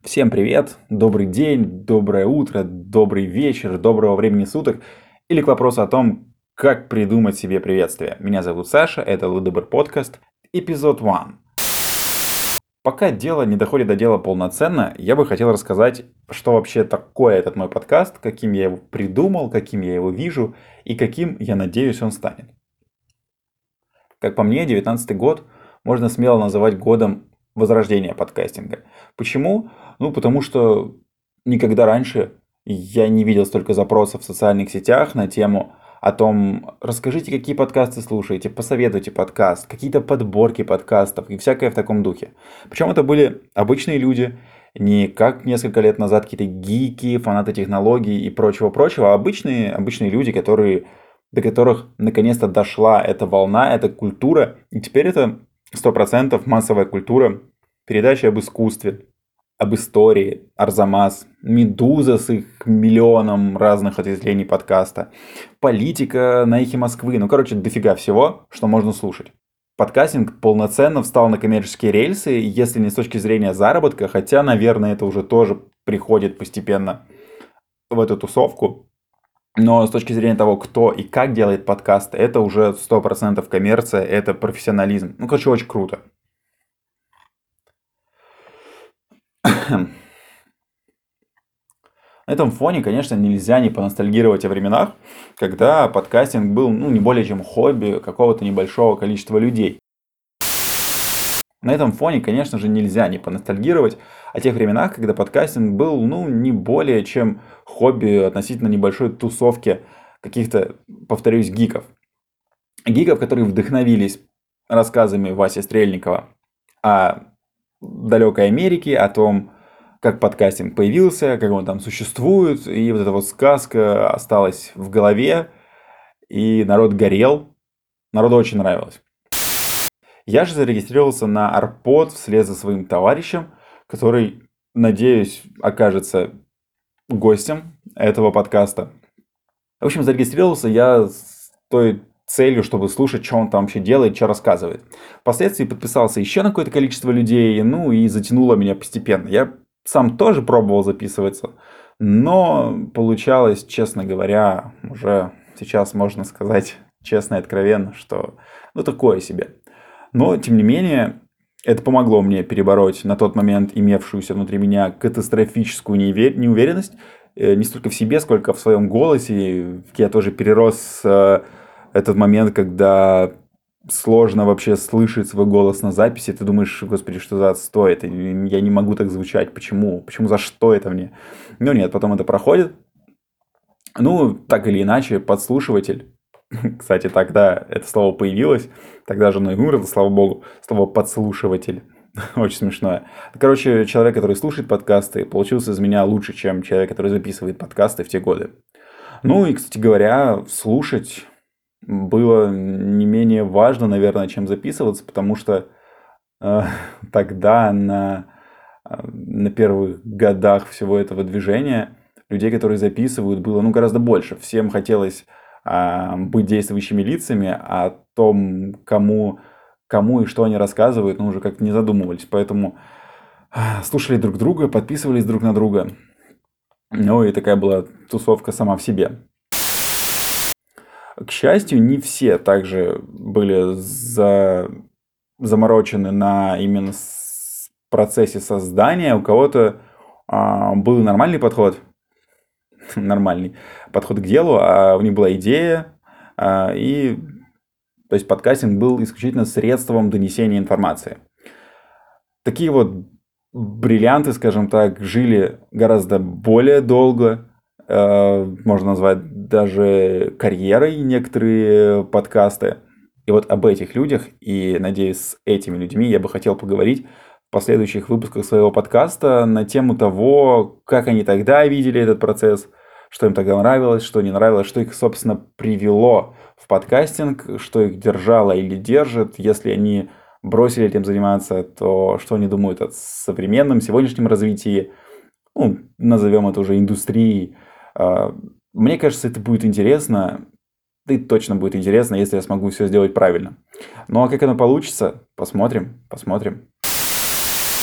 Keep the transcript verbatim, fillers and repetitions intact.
Всем привет, добрый день, доброе утро, добрый вечер, доброго времени суток. Или к вопросу о том, как придумать себе приветствие. Меня зовут Саша, это ЛДБР подкаст, эпизод один. Пока дело не доходит до дела полноценно, я бы хотел рассказать, что вообще такое этот мой подкаст, каким я его придумал, каким я его вижу и каким, я надеюсь, он станет. Как по мне, девятнадцатый год можно смело называть годом возрождения подкастинга. Почему? Ну, потому что никогда раньше я не видел столько запросов в социальных сетях на тему о том, расскажите, какие подкасты слушаете, посоветуйте подкаст, какие-то подборки подкастов и всякое в таком духе. Причем это были обычные люди, не как несколько лет назад какие-то гики, фанаты технологий и прочего-прочего, а обычные, обычные люди, которые, до которых наконец-то дошла эта волна, эта культура, и теперь это сто процентов массовая культура, передачи об искусстве, об истории, Арзамас, Медуза с их миллионом разных ответвлений подкаста, политика на Эхе Москвы. Ну, короче, дофига всего, что можно слушать. Подкастинг полноценно встал на коммерческие рельсы, если не с точки зрения заработка, хотя, наверное, это уже тоже приходит постепенно в эту тусовку. Но с точки зрения того, кто и как делает подкасты, это уже сто процентов коммерция, это профессионализм. Ну, короче, очень круто. На этом фоне, конечно, нельзя не поностальгировать о временах, когда подкастинг был ну, не более чем хобби какого-то небольшого количества людей. На этом фоне, конечно же, нельзя не поностальгировать о тех временах, когда подкастинг был ну, не более чем хобби относительно небольшой тусовки каких-то, повторюсь, гиков. Гиков, которые вдохновились рассказами Васи Стрельникова о далекой Америке, о том, как подкастинг появился, как он там существует, и вот эта вот сказка осталась в голове, и народ горел, народу очень нравилось. Я же зарегистрировался на Арпод вслед за своим товарищем, который, надеюсь, окажется гостем этого подкаста. В общем, зарегистрировался я с той целью, чтобы слушать, что он там вообще делает, что рассказывает. Впоследствии подписался еще на какое-то количество людей, ну и затянуло меня постепенно. Я сам тоже пробовал записываться, но получалось, честно говоря, уже сейчас можно сказать честно и откровенно, что ну такое себе. Но, тем не менее, это помогло мне перебороть на тот момент имевшуюся внутри меня катастрофическую неуверенность, не столько в себе, сколько в своем голосе. Я тоже перерос этот момент, когда сложно вообще слышать свой голос на записи. Ты думаешь, господи, что за отстой? Это, я не могу так звучать. Почему? Почему? За что это мне? Ну нет, потом это проходит. Ну, так или иначе, подслушиватель. Кстати, тогда это слово появилось. Тогда же оно и вымерло, слава богу. Слово подслушиватель. Очень смешное. Короче, человек, который слушает подкасты, получился из меня лучше, чем человек, который записывает подкасты в те годы. Ну и, кстати говоря, слушать было не менее важно, наверное, чем записываться, потому что э, тогда на, на первых годах всего этого движения людей, которые записывают, было ну, гораздо больше. Всем хотелось э, быть действующими лицами, а о том, кому, кому и что они рассказывают, ну, уже как-то не задумывались. Поэтому э, слушали друг друга, подписывались друг на друга. Ну и такая была тусовка сама в себе. К счастью, не все также были за... заморочены на именно процессе создания. У кого-то а, был нормальный подход, нормальный подход к делу, а у них была идея, а, и то есть подкастинг был исключительно средством донесения информации. Такие вот бриллианты, скажем так, жили гораздо более долго. Можно назвать даже карьерой некоторые подкасты. И вот об этих людях, и, надеюсь, с этими людьми я бы хотел поговорить в последующих выпусках своего подкаста на тему того, как они тогда видели этот процесс, что им тогда нравилось, что не нравилось, что их, собственно, привело в подкастинг, что их держало или держит. Если они бросили этим заниматься, то что они думают о современном, сегодняшнем развитии, ну, назовем это уже индустрией. Мне кажется, это будет интересно, да и точно будет интересно, если я смогу все сделать правильно. Ну а как оно получится, посмотрим, посмотрим.